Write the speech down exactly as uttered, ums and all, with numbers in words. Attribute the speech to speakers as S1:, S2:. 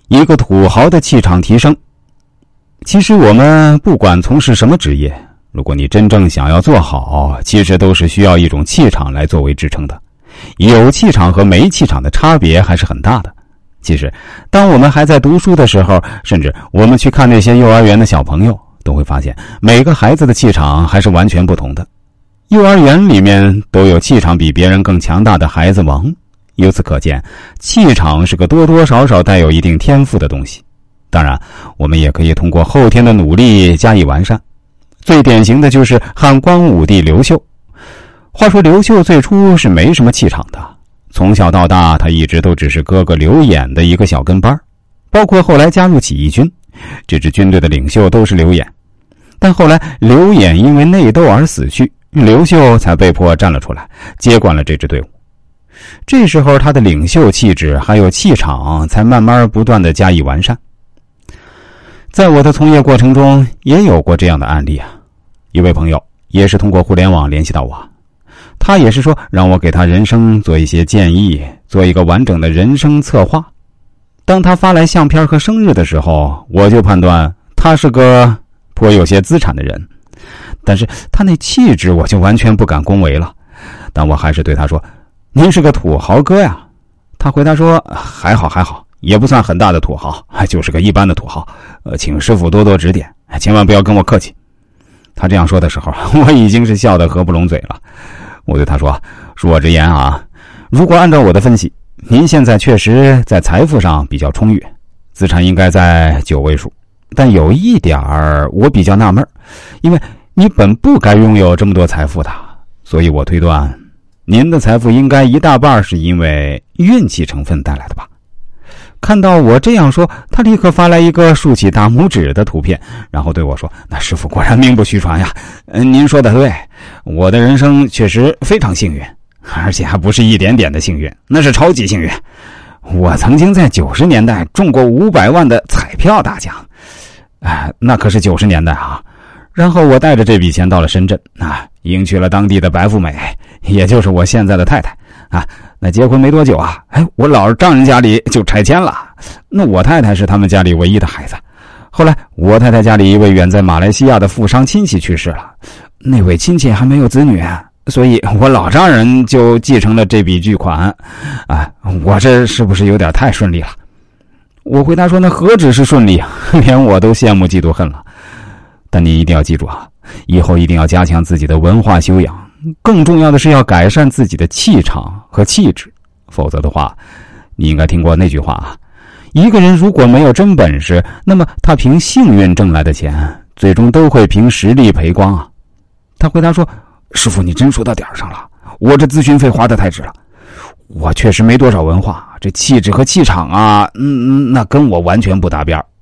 S1: 一个土豪的气场提升。其实我们不管从事什么职业，如果你真正想要做好，其实都是需要一种气场来作为支撑的。有气场和没气场的差别还是很大的。其实当我们还在读书的时候，甚至我们去看那些幼儿园的小朋友，都会发现每个孩子的气场还是完全不同的。幼儿园里面都有气场比别人更强大的孩子王，由此可见，气场是个多多少少带有一定天赋的东西。当然，我们也可以通过后天的努力加以完善。最典型的就是汉光武帝刘秀。话说刘秀最初是没什么气场的，从小到大他一直都只是哥哥刘演的一个小跟班，包括后来加入起义军，这支军队的领袖都是刘演。但后来刘演因为内斗而死去，刘秀才被迫站了出来，接管了这支队伍。这时候他的领袖气质还有气场才慢慢不断的加以完善。在我的从业过程中也有过这样的案例啊，一位朋友也是通过互联网联系到我，他也是说让我给他人生做一些建议，做一个完整的人生策划。当他发来相片和生日的时候，我就判断他是个颇有些资产的人，但是他那气质我就完全不敢恭维了。但我还是对他说，您是个土豪哥呀。他回答说，还好还好，也不算很大的土豪，就是个一般的土豪，呃，请师傅多多指点，千万不要跟我客气。他这样说的时候，我已经是笑得合不拢嘴了。我对他说，恕我直言啊，如果按照我的分析，您现在确实在财富上比较充裕，资产应该在九位数，但有一点儿我比较纳闷，因为你本不该拥有这么多财富的，所以我推断您的财富应该一大半是因为运气成分带来的吧。看到我这样说，他立刻发来一个竖起大拇指的图片，然后对我说，那师傅果然名不虚传呀，嗯，您说的对，我的人生确实非常幸运，而且还不是一点点的幸运，那是超级幸运。我曾经在九十年代中过五百万的彩票大奖，哎，那可是九十年代啊。然后我带着这笔钱到了深圳啊，迎娶了当地的白富美，也就是我现在的太太啊。那结婚没多久啊，哎，我老丈人家里就拆迁了。那我太太是他们家里唯一的孩子。后来我太太家里一位远在马来西亚的富商亲戚去世了，那位亲戚还没有子女，所以我老丈人就继承了这笔巨款。啊，我这是不是有点太顺利了？我回答说，那何止是顺利啊，连我都羡慕嫉妒恨了。但你一定要记住啊，以后一定要加强自己的文化修养，更重要的是要改善自己的气场和气质，否则的话，你应该听过那句话啊，一个人如果没有真本事，那么他凭幸运挣来的钱，最终都会凭实力赔光啊。他回答说，师傅你真说到点儿上了，我这咨询费花得太值了。我确实没多少文化，这气质和气场啊，嗯，那跟我完全不搭边，